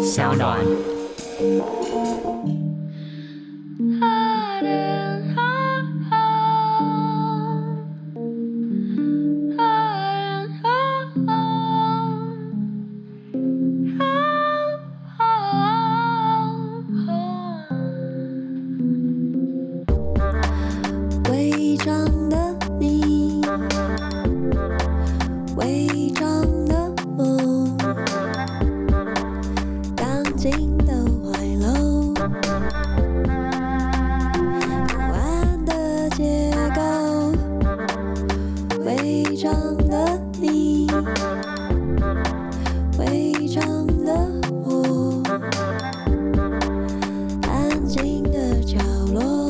小暖。 伪装的你，伪装的我，钢筋的怀楼，不安的结构，伪装的你，伪装的我，安静的角落。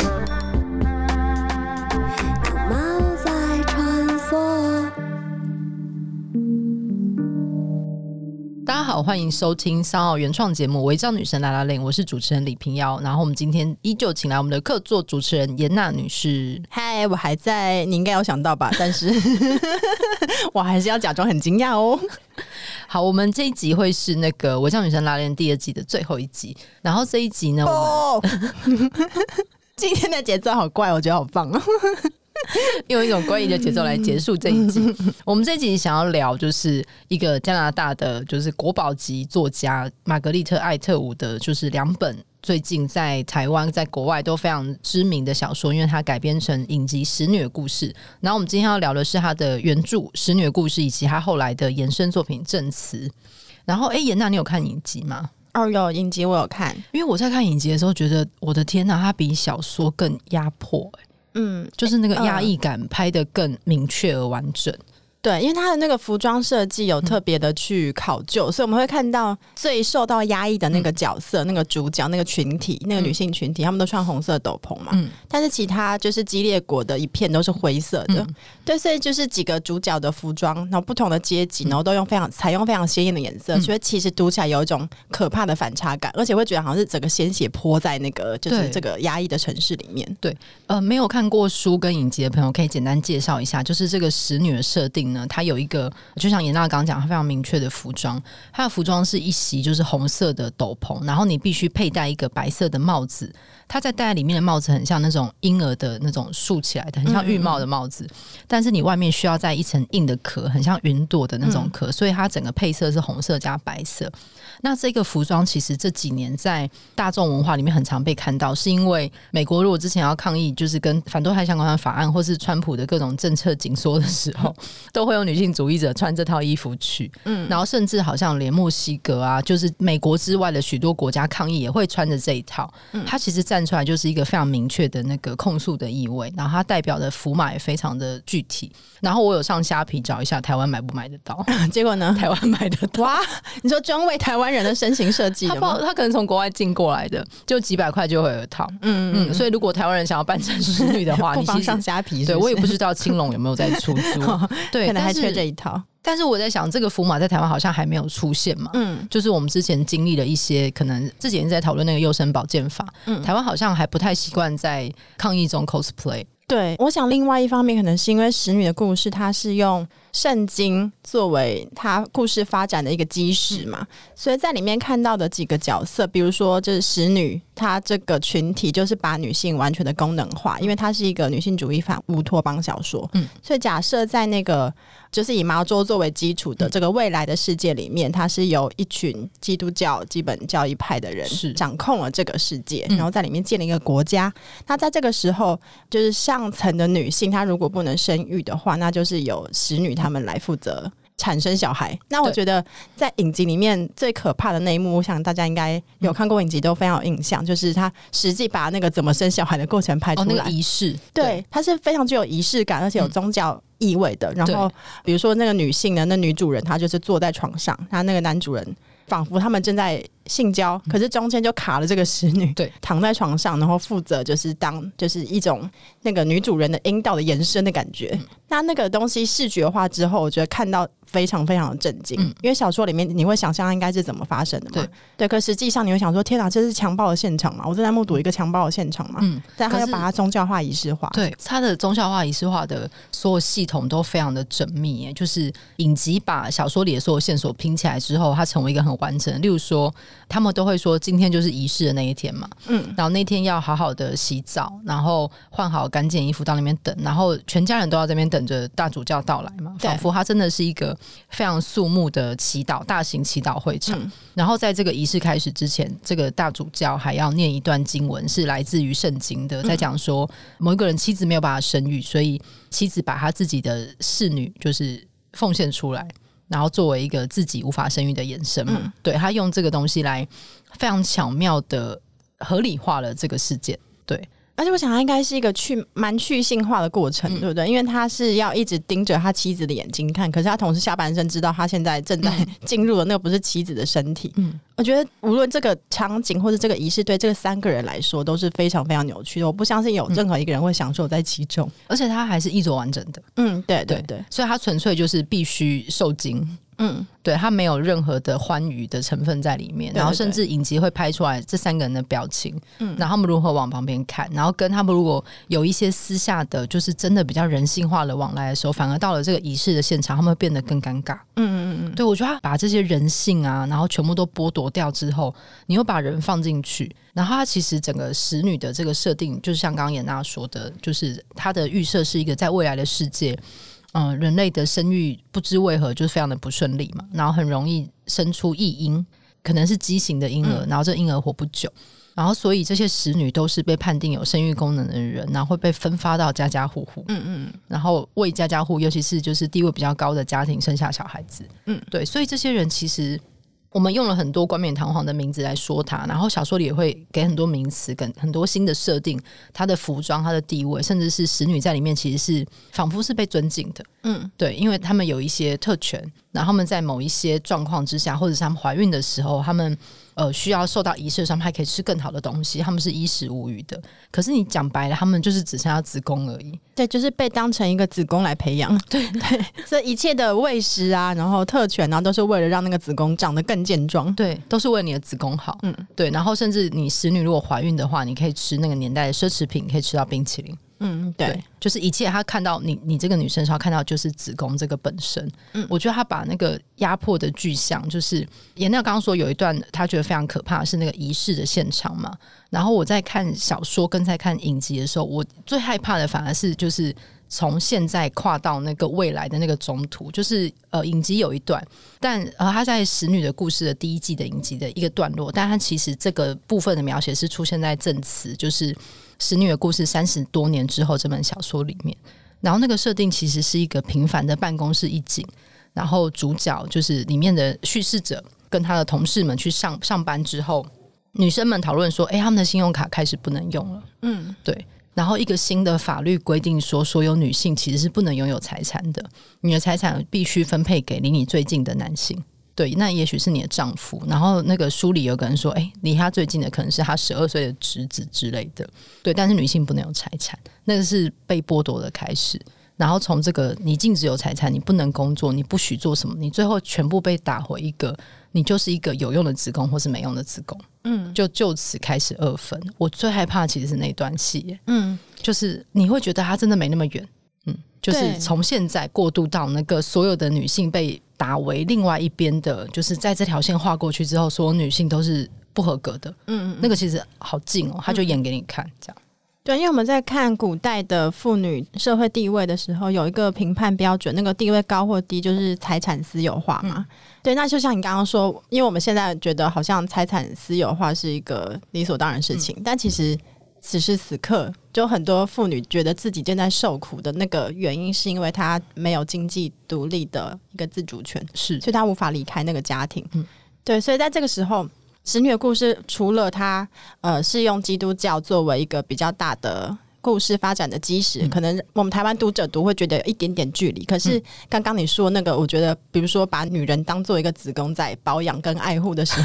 大家好，欢迎收听商奥原创节目《违章女神拉拉链》，我是主持人李平遥。然后我们今天依旧请来我们的客座主持人严娜女士。 嗨，我还在，你应该有想到吧？但是我还是要假装很惊讶哦。 好，我们这一集会是那个《违章女神拉拉链》第2季的最后一集。然后这一集呢，我们今天的节奏好怪，我觉得好棒哦。 用一种怪异的节奏来结束这一集。我们这一集想要聊就是一个加拿大的就是国宝级作家玛格丽特·艾特伍的，就是2本最近在台湾在国外都非常知名的小说，因为它改编成影集《使女的故事》。然后我们今天要聊的是他的原著《使女的故事》以及他后来的衍生作品《证词》。然后严娜，你有看影集吗？ 哦，有影集我有看， 因为我在看影集的时候觉得我的天哪，它比小说更压迫就是那个压抑感拍得更明确而完整。 对，因为他的那个服装设计有特别的去考究，所以我们会看到最受到压抑的那个角色、那个主角、那个群体、那个女性群体，他们都穿红色斗篷嘛。但是其他就是激烈国的一片都是灰色的。对，所以就是几个主角的服装，然后不同的阶级，然后都采用非常鲜艳的颜色，所以其实读起来有一种可怕的反差感，而且会觉得好像是整个鲜血泼在那个就是这个压抑的城市里面。 对，没有看过书跟影集的朋友可以简单介绍一下，就是这个使女的设定。它有一个就像严娜刚刚讲，它非常明确的服装，它的服装是一袭就是红色的斗篷，然后你必须佩戴一个白色的帽子，它在戴在里面的帽子很像那种婴儿的那种竖起来的很像浴帽的帽子，但是你外面需要再一层硬的壳，很像云朵的那种壳，所以它整个配色是红色加白色。那这个服装其实这几年在大众文化里面很常被看到，是因为美国如果之前要抗议就是跟反堕胎相关的法案或是川普的各种政策紧缩的时候，都会有女性主义者穿这套衣服去，然后甚至好像连墨西哥啊，就是美国之外的许多国家抗议也会穿着这一套。它其实站出来就是一个非常明确的那个控诉的意味，然后它代表的符码也非常的具体。然后我有上虾皮找一下台湾买不买得到， 结果呢， 台湾买得到。 哇，你说专为台湾人的身形设计的吗？ 他可能从国外进过来的，就几百块就会有一套。所以如果台湾人想要扮成使女的话， 不妨上虾皮是不是？ 对，我也不知道青龙有没有在出租。对， 可能还缺这一套。 但是我在想，这个符码在台湾好像还没有出现嘛。就是我们之前经历了一些，可能之前在讨论那个幼生保健法，台湾好像还不太习惯在抗议中 cosplay。 对，我想另外一方面可能是因为使女的故事它是用圣经作为它故事发展的一个基石嘛，所以在里面看到的几个角色，比如说就是使女，她这个群体就是把女性完全的功能化，因为它是一个女性主义反乌托邦小说。所以假设在那个就是以毛州作为基础的这个未来的世界里面，它是由一群基督教基本教义派的人掌控了这个世界，然后在里面建立一个国家。那在这个时候就是上层的女性她如果不能生育的话，那就是由使女她们来负责产生小孩。那我觉得在影集里面最可怕的那一幕，我想大家应该有看过影集都非常有印象，就是他实际把那个怎么生小孩的过程拍出来。 那个仪式， 对，它是非常具有仪式感而且有宗教意味的。然后比如说那个女性的那女主人她就是坐在床上，她那个男主人仿佛他们正在性交，可是中间就卡了这个使女， 对， 躺在床上，然后负责就是当就是一种那个女主人的阴道的延伸的感觉。那个东西视觉化之后，我觉得看到非常非常的震惊，因为小说里面你会想象应该是怎么发生的嘛，对，可实际上你会想说，天哪，这是强暴的现场嘛？我正在目睹一个强暴的现场嘛，但他又把它宗教化、仪式化， 对，他的宗教化、仪式化的所有系统都非常的缜密耶，就是影集把小说里的所有线索拼起来之后，它成为一个很完整的。例如说，他们都会说今天就是仪式的那一天嘛，然后那天要好好的洗澡，然后换好干净衣服到那边等，然后全家人都要在那边等着大主教到来嘛，仿佛它真的是一个非常肃穆的祈祷，大型祈祷会场。然后在这个仪式开始之前，这个大主教还要念一段经文，是来自于圣经的，在讲说某一个人妻子没有办法生育，所以妻子把她自己的侍女就是奉献出来，然后作为一个自己无法生育的延伸嘛。对，他用这个东西来非常巧妙的合理化了这个事件。对， 而且我想它应该是一个蛮去性化的过程，对不对？因为他是要一直盯着他妻子的眼睛看，可是他同时下半身知道他现在正在进入的那个不是妻子的身体。我觉得无论这个场景或者这个仪式对这3个人来说都是非常非常扭曲的，我不相信有任何一个人会享受在其中， 而且他还是衣着完整的。 对对对， 所以他纯粹就是必须受精。对，他没有任何的欢愉的成分在里面，然后甚至影集会拍出来这3个人的表情，然后他们如何往旁边看，然后跟他们如果有一些私下的就是真的比较人性化的往来的时候，反而到了这个仪式的现场他们会变得更尴尬。对，我觉得他把这些人性啊然后全部都剥夺掉之后，你又把人放进去，然后他其实整个使女的这个设定就是像刚刚严娜说的，就是他的预设是一个在未来的世界人类的生育不知为何就是非常的不顺利嘛，然后很容易生出异婴，可能是畸形的婴儿，然后这婴儿活不久，然后所以这些使女都是被判定有生育功能的人，然后会被分发到家家户户，然后为家家户，尤其是就是地位比较高的家庭生下小孩子。对，所以这些人其实我们用了很多冠冕堂皇的名字来说他，然后小说里也会给很多名词跟很多新的设定，他的服装、他的地位，甚至是使女在里面其实是仿佛是被尊敬的。对，因为他们有一些特权，然后他们在某一些状况之下，或者是他们怀孕的时候，他们需要受到仪式上，他还可以吃更好的东西，他们是衣食无虞的。可是你讲白了，他们就是只剩下子宫而已。 对，就是被当成一个子宫来培养。对对，所以一切的喂食啊，然后特权啊，都是为了让那个子宫长得更健壮。 对，都是为了你的子宫好。对，然后甚至你使女如果怀孕的话，你可以吃那个年代的奢侈品，可以吃到冰淇淋。对，就是一切他看到你这个女生时候看到就是子宫这个本身。我觉得他把那个压迫的具象，就是严亮刚刚说有一段他觉得非常可怕，是那个仪式的现场嘛。然后我在看小说跟在看影集的时候，我最害怕的反而是就是从现在跨到那个未来的那个中途，就是影集有一段，但他在使女的故事的第1季的影集的一个段落，但他其实这个部分的描写是出现在证词，就是使女的故事30多年之后这本小说里面。然后那个设定其实是一个平凡的办公室一景，然后主角就是里面的叙事者跟他的同事们去上班之后，女生们讨论说他们的信用卡开始不能用了。对，然后一个新的法律规定说，所有女性其实是不能拥有财产的，你的财产必须分配给离你最近的男性。对，那也许是你的丈夫。然后那个书里有个人说离他最近的可能是他12岁的侄子之类的。对，但是女性不能有财产，那个是被剥夺的开始。然后从这个你禁止有财产，你不能工作，你不许做什么，你最后全部被打回一个你就是一个有用的子宫或是没用的子宫。就此开始2分。我最害怕其实是那段戏。就是你会觉得他真的没那么远。就是从现在过渡到那个所有的女性被打为另外一边的，就是在这条线划过去之后，所有女性都是不合格的。那个其实好近他就演给你看这样。 对，因为我们在看古代的妇女社会地位的时候，有一个评判标准，那个地位高或低就是财产私有化嘛。对，那就像你刚刚说，因为我们现在觉得好像财产私有化是一个理所当然的事情，但其实此时此刻就很多妇女觉得自己正在受苦的那个原因是因为她没有经济独立的一个自主权， 是， 所以她无法离开那个家庭。对，所以在这个时候使女的故事除了她是用基督教作为一个比较大的故事发展的基石，可能我们台湾读者读会觉得有一点点距离。可是刚刚你说那个，我觉得比如说把女人当做一个子宫在保养跟爱护的时候，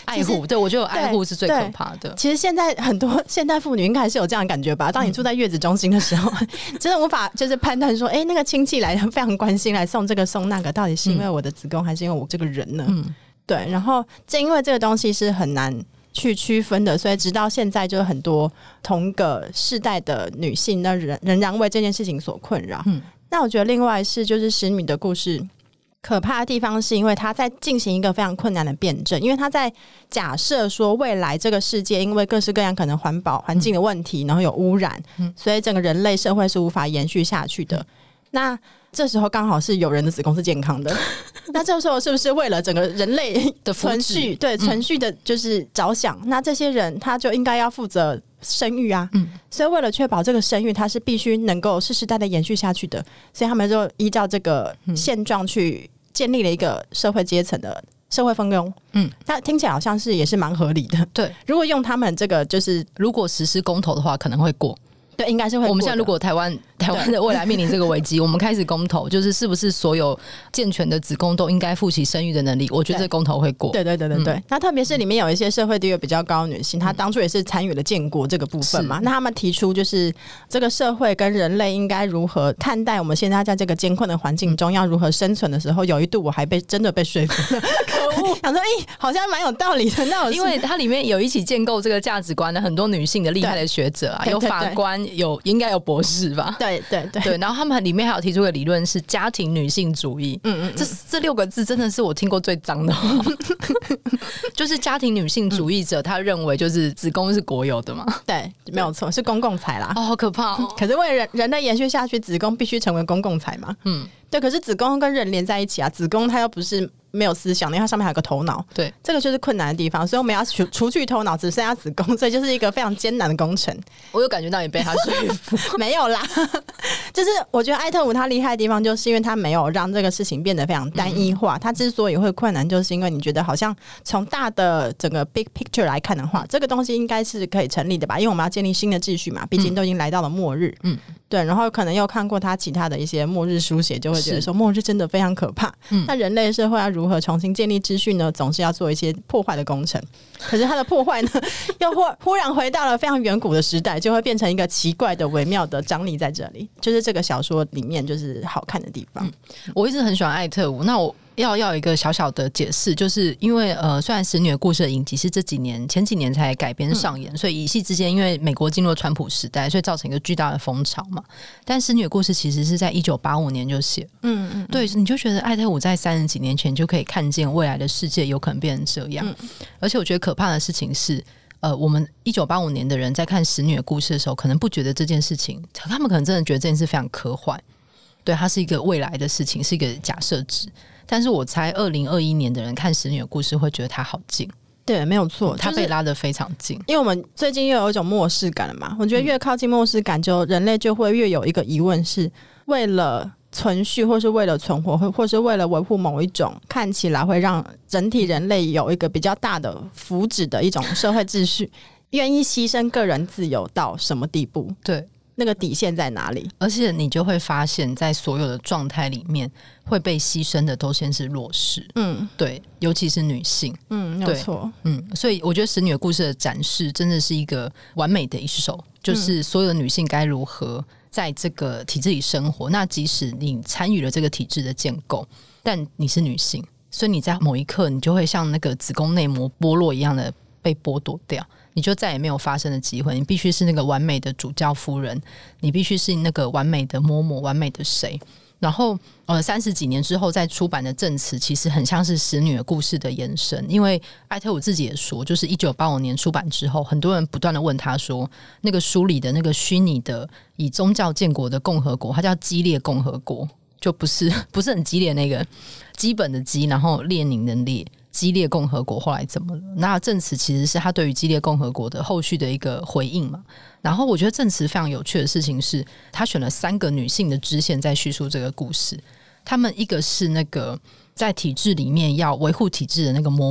爱护，对我觉得有爱护是最可怕的。 其实现在很多现代妇女应该还是有这样的感觉吧？当你住在月子中心的时候，真的无法就是判断说，那个亲戚来非常关心来送这个送那个，到底是因为我的子宫还是因为我这个人呢？对。然后正因为这个东西是很难去区分的，所以直到现在就很多同个世代的女性那仍然为这件事情所困扰。那我觉得另外是就是使女的故事可怕的地方是因为他在进行一个非常困难的辩证，因为他在假设说未来这个世界因为各式各样可能环保环境的问题，然后有污染，所以整个人类社会是无法延续下去的。那这时候刚好是有人的子宫是健康的，那这时候是不是为了整个人类的存续，对存续的就是着想，那这些人他就应该要负责生育啊，所以为了确保这个生育它是必须能够世世代代延续下去的，所以他们就依照这个现状去建立了一个社会阶层的社会分工。那听起来好像是也是蛮合理的。 对， 如果用他们这个就是如果实施公投的话可能会过。 对，应该是会过的。 我们现在如果台湾的未来面临这个危机，我们开始公投，就是是不是所有健全的子宫都应该负起生育的能力？我觉得这公投会过。对。 那特别是里面有一些社会地位比较高的女性，她当初也是参与了建国这个部分嘛。那他们提出就是这个社会跟人类应该如何看待我们现在在这个艰困的环境中要如何生存的时候，有一度我还真的被说服了。可恶，想说好像蛮有道理的。那因为它里面有一起建构这个价值观的很多女性的厉害的学者啊，有法官。应该有博士吧？对，然后他们里面还有提出一个理论是家庭女性主义。这6个字真的是我听过最脏的话。就是家庭女性主义者，他认为就是子宫是国有的嘛？对， 没有错，是公共财啦。 好可怕哦！ 可是为了人类延续下去，子宫必须成为公共财嘛？对。可是子宫跟人连在一起啊，子宫它又不是没有思想，因为它上面还有个头脑。对，这个就是困难的地方，所以我们要除去头脑，只剩下子宫，所以就是一个非常艰难的工程。 我有感觉到你被他说服。 没有啦，就是我觉得艾特伍他厉害的地方，就是因为他没有让这个事情变得非常单一化。他之所以会困难，就是因为你觉得好像从大的整个 big picture 来看的话，这个东西应该是可以成立的吧？因为我们要建立新的秩序嘛，毕竟都已经来到了末日。对，然后可能又看过他其他的一些末日书写，就会觉得说末日真的非常可怕。那人类社会要如何重新建立秩序呢？总是要做一些破坏的工程。可是他的破坏呢，又忽然回到了非常远古的时代，就会变成一个奇怪的微妙的张力在这里，就是这个小说里面就是好看的地方。 我一直很喜欢艾特伍，那我要有一个小小的解释，就是因为虽然使女的故事的影集是前几年才改编上演，所以一夕之间因为美国进入了川普时代，所以造成一个巨大的风潮嘛。但使女的故事其实是在1985年就写了。对，你就觉得艾特伍在30几年前就可以看见未来的世界有可能变成这样。而且我觉得可怕的事情是我们1985年的人在看使女的故事的时候，可能不觉得这件事情，他们可能真的觉得这件事非常科幻，对，它是一个未来的事情，是一个假设值。但是我猜2021年的人看使女的故事会觉得它好近。 对，没有错， 它被拉得非常近。 因为我们最近又有一种末世感了嘛，我觉得越靠近末世感，就人类就会越有一个疑问，是为了存续，或是为了存活，或是为了维护某一种看起来会让整体人类有一个比较大的福祉的一种社会秩序，愿意牺牲个人自由到什么地步？对，那个底线在哪里？而且你就会发现在所有的状态里面会被牺牲的都先是弱势。对，尤其是女性。 没有错。 所以我觉得使女的故事的展示真的是一个完美的一手，就是所有的女性该如何在这个体制里生活。那即使你参与了这个体制的建构，但你是女性，所以你在某一刻你就会像那个子宫内膜剥落一样的被剥夺掉，你就再也没有发生的机会。你必须是那个完美的主教夫人，你必须是那个完美的嬷嬷，完美的谁。然后30几年之后再出版的证词其实很像是使女的故事的延伸，因为艾特伍自己也说，就是1985年出版之后，很多人不断的问他说，那个书里的那个虚拟的以宗教建国的共和国，它叫激烈共和国，就不是很激烈那个基本的激，然后列宁的列，激烈共和国后来怎么了？那证词其实是他对于激烈共和国的后续的一个回应嘛。然后我觉得证词非常有趣的事情是，他选了3个女性的支线在叙述这个故事。他们一个是那个在体制里面要维护体制的那个嬷嬷，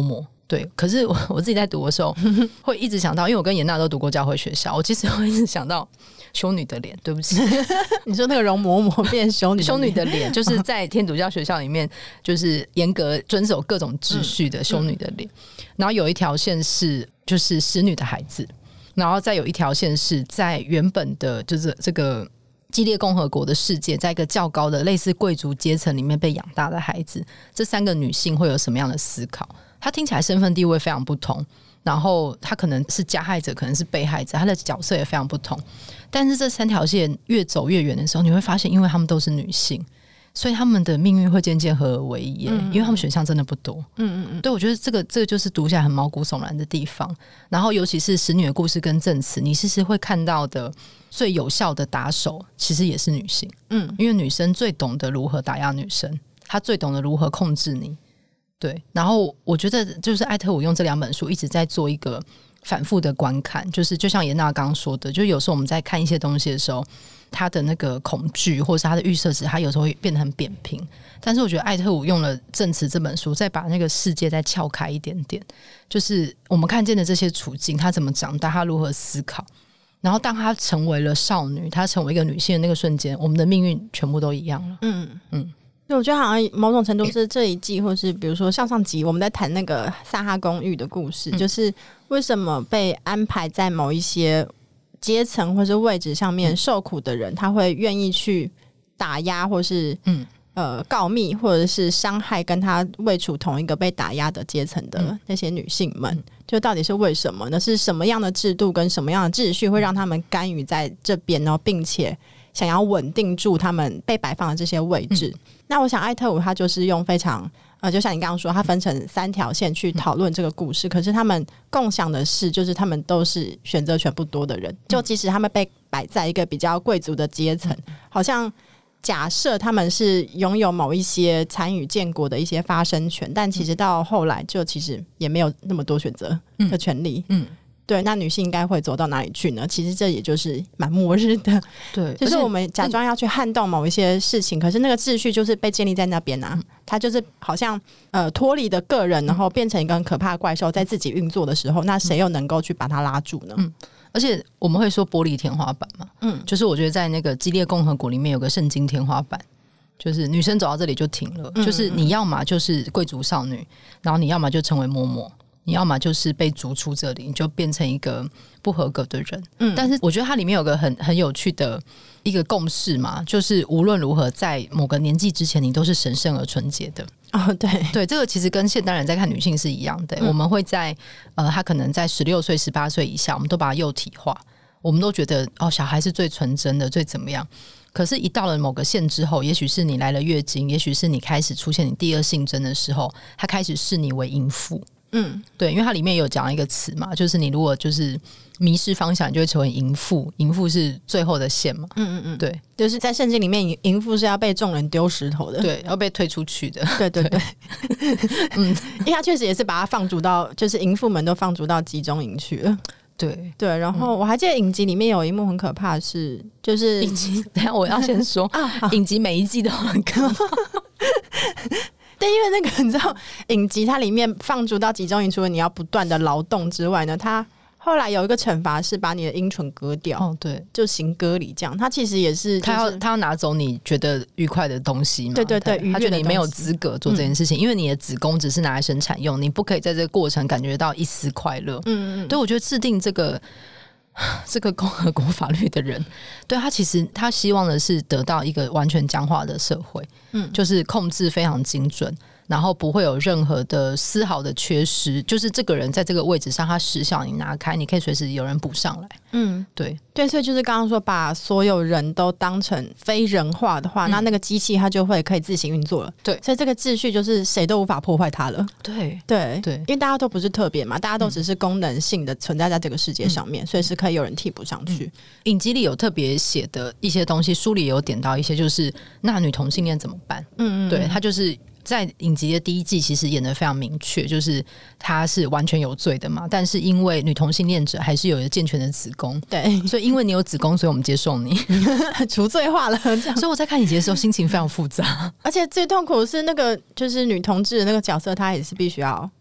对，可是我自己在读的时候会一直想到，因为我跟严娜都读过教会学校，我其实会一直想到修女的脸，对不起， 你说那个容嬷嬷变修女， 修女的脸就是在天主教学校里面，就是严格遵守各种秩序的修女的脸。然后有一条线是就是使女的孩子，然后再有一条线是在原本的就是这个激烈共和国的世界，在一个较高的类似贵族阶层里面被养大的孩子，这3个女性会有什么样的思考？她听起来身份地位非常不同，然后她可能是加害者，可能是被害者，她的角色也非常不同。但是这3条线越走越远的时候，你会发现，因为她们都是女性，所以她们的命运会渐渐合而为一耶，因为她们选项真的不多。对，我觉得这个就是读起来很毛骨悚然的地方。然后尤其是使女的故事跟证词，你其实会看到的最有效的打手其实也是女性。因为女生最懂得如何打压女生，她最懂得如何控制你。对，然后我觉得就是艾特伍用这2本书一直在做一个反复的观看，就是就像严娜刚刚说的，就有时候我们在看一些东西的时候，他的那个恐惧或是他的预设值，他有时候会变得很扁平。但是我觉得艾特伍用了《证词》这本书，再把那个世界再撬开一点点，就是我们看见的这些处境，他怎么长大，他如何思考，然后当他成为了少女，他成为一个女性的那个瞬间，我们的命运全部都一样了。 对，我觉得好像某种程度是这一季，或是比如说上集我们在谈那个萨哈公寓的故事，就是为什么被安排在某一些阶层或是位置上面受苦的人，他会愿意去打压或是告密或者是伤害跟他位处同一个被打压的阶层的那些女性们，就到底是为什么呢？是什么样的制度跟什么样的秩序会让他们甘于在这边，然后并且想要稳定住他们被摆放的这些位置。那我想艾特伍他就是用非常就像你刚刚说，他分成3条线去讨论这个故事，可是他们共享的是就是他们都是选择权不多的人，就即使他们被摆在一个比较贵族的阶层，好像假设他们是拥有某一些参与建国的一些发声权，但其实到后来就其实也没有那么多选择的权利。对，那女性应该会走到哪里去呢？其实这也就是蛮末日的。 对， 就是我们假装要去撼动某一些事情，可是那个秩序就是被建立在那边啊，它就是好像脱离的个人，然后变成一个很可怕的怪兽，在自己运作的时候，那谁又能够去把它拉住呢？ 而且我们会说玻璃天花板嘛，就是我觉得在那个激烈共和国里面有个圣经天花板，就是女生走到这里就停了，就是你要嘛就是贵族少女，然后你要嘛就成为嬷嬷，你要嘛就是被逐出这里，你就变成一个不合格的人。但是我觉得它里面有个很有趣的一个共识嘛，就是无论如何在某个年纪之前，你都是神圣而纯洁的。对，这个其实跟现代人在看女性是一样的。我们会在她可能在16岁、18岁以下，我们都把它幼体化，我们都觉得小孩是最纯真的，最怎么样。可是一到了某个线之后，也许是你来了月经，也许是你开始出现你第2性征的时候，它开始视你为淫妇。对，因为它里面有讲一个词嘛，就是你如果就是迷失方向，你就会成为淫妇，淫妇是最后的线嘛。对， 就是在圣经里面，淫妇是要被众人丢石头的， 对，要被推出去的。 对，因为他确实也是把它放逐到，就是淫妇们都放逐到集中营去了。对，然后我还记得影集里面有一幕很可怕的是，就是影集，等一下我要先说影集每一季都很可怕。 对，因为那个你知道，影集它里面放逐到集中营，除了你要不断的劳动之外呢，它后来有一个惩罚是把你的阴唇割掉。对，就行割礼这样。它其实也是、他要拿走你觉得愉快的东西嘛。 对， 他觉得你没有资格做这件事情，因为你的子宫只是拿来生产用，你不可以在这个过程感觉到一丝快乐。对，我觉得制定这个共和国法律的人，对，他其实他希望的是得到一个完全僵化的社会，就是控制非常精准，然后不会有任何的丝毫的缺失，就是这个人在这个位置上，他时效你拿开，你可以随时有人补上来。对， 所以就是刚刚说把所有人都当成非人化的话，那个机器它就会可以自行运作了。对，所以这个秩序就是谁都无法破坏它了。对，因为大家都不是特别嘛，大家都只是功能性的存在在这个世界上面，所以是可以有人替补上去。 影集里有特别写的一些东西，书里也有点到一些，就是那女同性恋怎么办？对，他就是在影集的第1季其实演得非常明确，就是他是完全有罪的嘛，但是因为女同性恋者还是有一个健全的子宫，对，所以因为你有子宫，所以我们接受你除罪化了。 所以我在看影集的时候心情非常复杂， 而且最痛苦的是那个就是女同志的那个角色，她也是必须要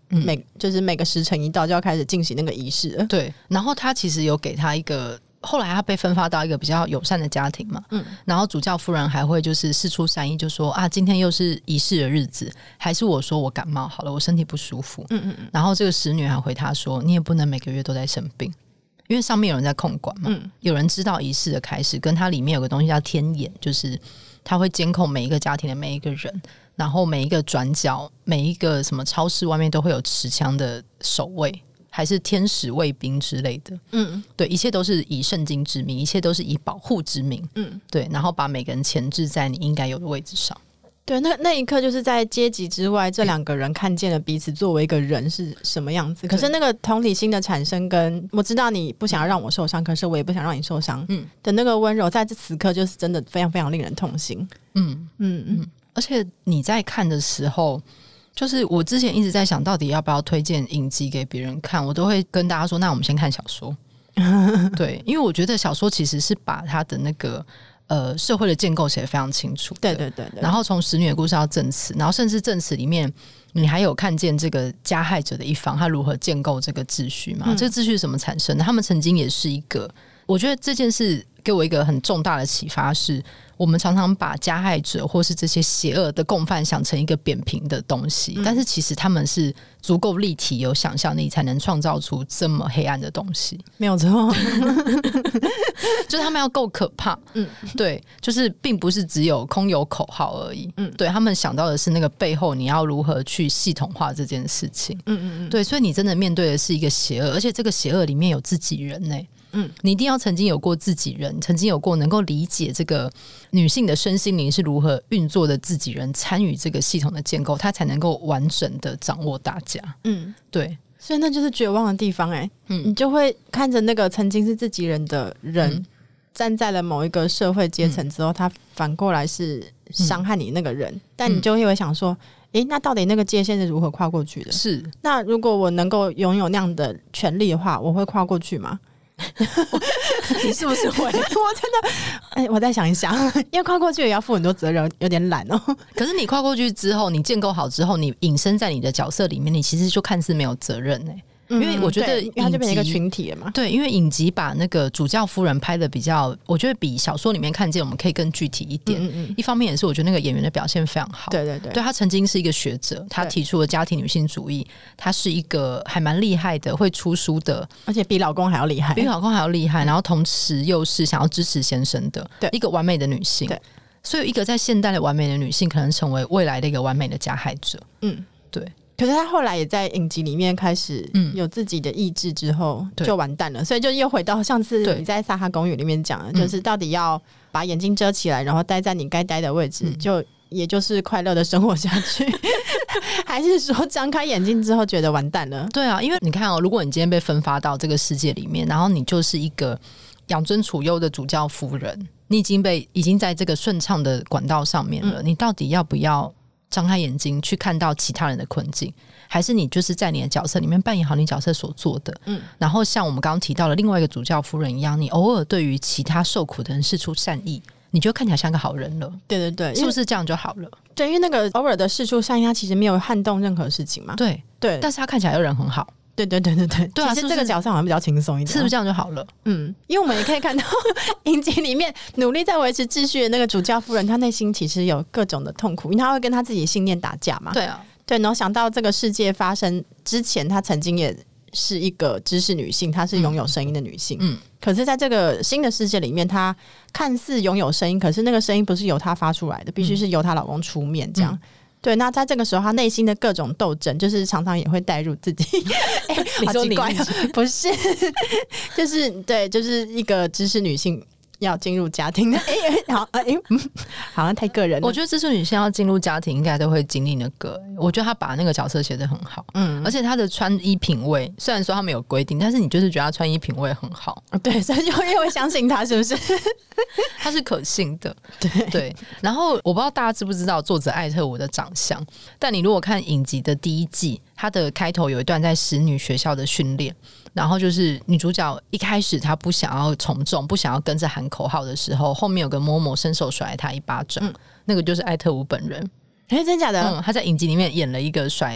就是每个时辰一到就要开始进行那个仪式了。 对，然后他其实有给他一个。后来他被分发到一个比较友善的家庭嘛，然后主教夫人还会就是释出善意，就说啊，今天又是仪式的日子，还是我说我感冒好了，我身体不舒服，然后这个使女还回他说，你也不能每个月都在生病，因为上面有人在控管嘛，有人知道仪式的开始，跟它里面有个东西叫天眼，就是他会监控每一个家庭的每一个人，然后每一个转角，每一个什么超市外面都会有持枪的守卫。还是天使卫兵之类的，对，一切都是以圣经之名，一切都是以保护之名，对，然后把每个人钳制在你应该有的位置上。 对，那一刻就是在阶级之外，这两个人看见了彼此作为一个人是什么样子。可是那个同理心的产生，跟我知道你不想要让我受伤，可是我也不想让你受伤的那个温柔，在这此刻就是真的非常非常令人痛心。 而且你在看的时候。就是我之前一直在想到底要不要推荐影集给别人看，我都会跟大家说那我们先看小说对，因为我觉得小说其实是把他的那个社会的建构写得非常清楚的， 对， 然后从使女的故事到证词，然后甚至证词里面你还有看见这个加害者的一方他如何建构这个秩序嘛，这个秩序是怎么产生的，他们曾经也是一个，我觉得这件事给我一个很重大的启发是，我们常常把加害者或是这些邪恶的共犯想成一个扁平的东西，但是其实他们是足够立体有想象力才能创造出这么黑暗的东西， 没有错就是他们要够可怕，对，就是并不是只有空有口号而已，对，他们想到的是那个背后你要如何去系统化这件事情，对，所以你真的面对的是一个邪恶，而且这个邪恶里面有自己人欸，你一定要曾经有过自己人，曾经有过能够理解这个女性的身心灵是如何运作的自己人，参与这个系统的建构，他才能够完整的掌握大家。对， 所以那就是绝望的地方欸，你就会看着那个曾经是自己人的人，站在了某一个社会阶层之后，他反过来是伤害你那个人，但你就会想说那到底那个界限是如何跨过去的？是，那如果我能够拥有那样的权利的话，我会跨过去吗？ 你是不是会？ 我真的，我再想一想，因为跨过去也要负很多责任，有点懒哦。 可是你跨过去之后，你建构好之后，你隐身在你的角色里面，你其实就看似没有责任欸。因为我觉得因为它就变成一个群体了嘛。 对，因为影集把那个主教夫人拍的比较，我觉得比小说里面看见我们可以更具体一点。一方面也是我觉得那个演员的表现非常好。 对， 他曾经是一个学者，他提出了家庭女性主义，他是一个还蛮厉害的，会出书的， 而且比老公还要厉害， 然后同时又是想要支持先生的一个完美的女性。对，所以一个在现代的完美的女性，可能成为未来的一个完美的加害者。对。 可是他后来也在影集里面开始有自己的意志之后，就完蛋了，所以就又回到上次你在萨哈公寓里面讲的，就是到底要把眼睛遮起来，然后待在你该待的位置，也就是快乐的生活下去还是说张开眼睛之后觉得完蛋了？ 对啊，因为你看如果你今天被分发到这个世界里面，然后你就是一个养尊处优的主教夫人，你已经在这个顺畅的管道上面了，你到底要不要张开眼睛去看到其他人的困境，还是你就是在你的角色里面扮演好你角色所做的，然后像我们刚刚提到的另外一个主教夫人一样，你偶尔对于其他受苦的人释出善意，你就看起来像个好人了。 对， 是不是这样就好了？ 对，因为那个偶尔的释出善意，他其实没有撼动任何事情嘛。 对，但是他看起来又人很好。 对啊，其实这个角色好像比较轻松一点， 是不是这样就好了？ 因为我们也可以看到影集里面努力在维持秩序的那个主教夫人，她内心其实有各种的痛苦，因为她会跟她自己的信念打架嘛。对，然后想到这个世界发生之前，她曾经也是一个知识女性，她是拥有声音的女性。可是在这个新的世界里面，她看似拥有声音，可是那个声音不是由她发出来的，必须是由她老公出面这样。对，那在这个时候，她内心的各种斗争，就是常常也会带入自己。 你说好奇怪不是，就是对，就是一个知识女性要进入家庭的，好像太个人了。 我觉得知识女性要进入家庭，应该都会经历那个。我觉得她把那个角色写得很好，而且她的穿衣品味，虽然说她没有规定，但是你就是觉得她穿衣品味很好， 对，所以就因为相信她，是不是？ 她是可信的，对。然后我不知道大家知不知道作者艾特伍的长相，但你如果看影集的第一季，她的开头有一段在使女学校的训练。然后就是女主角一开始她不想要从众，不想要跟着喊口号的时候，后面有个嬷嬷伸手甩她一巴掌，那个就是艾特伍本人。 真假的？ 他在影集里面演了一个甩了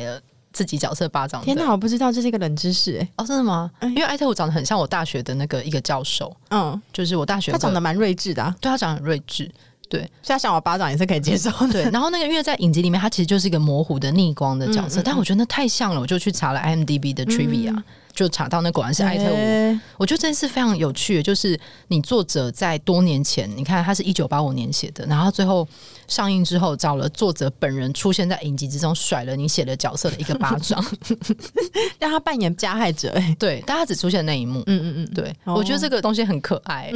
自己角色巴掌的。 天哪，我不知道这是一个冷知识哦，真的吗？因为艾特伍长得很像我大学的那个一个教授，就是我大学他长得蛮睿智的对，他长得很睿智。对， 所以他想我巴掌也是可以接受的。 对，然后那个因为在影集里面，他其实就是一个模糊的逆光的角色，但我觉得那太像了，我就去查了 IMDB 的 trivia，就查到那果然是艾特伍。我觉得这件事非常有趣的，就是你作者在多年前，你看他是1985年写的，然后最后上映之后找了作者本人出现在影集之中，甩了你写的角色的一个巴掌， 让他扮演加害者。 对，但他只出现那一幕。对，我觉得这个东西很可爱。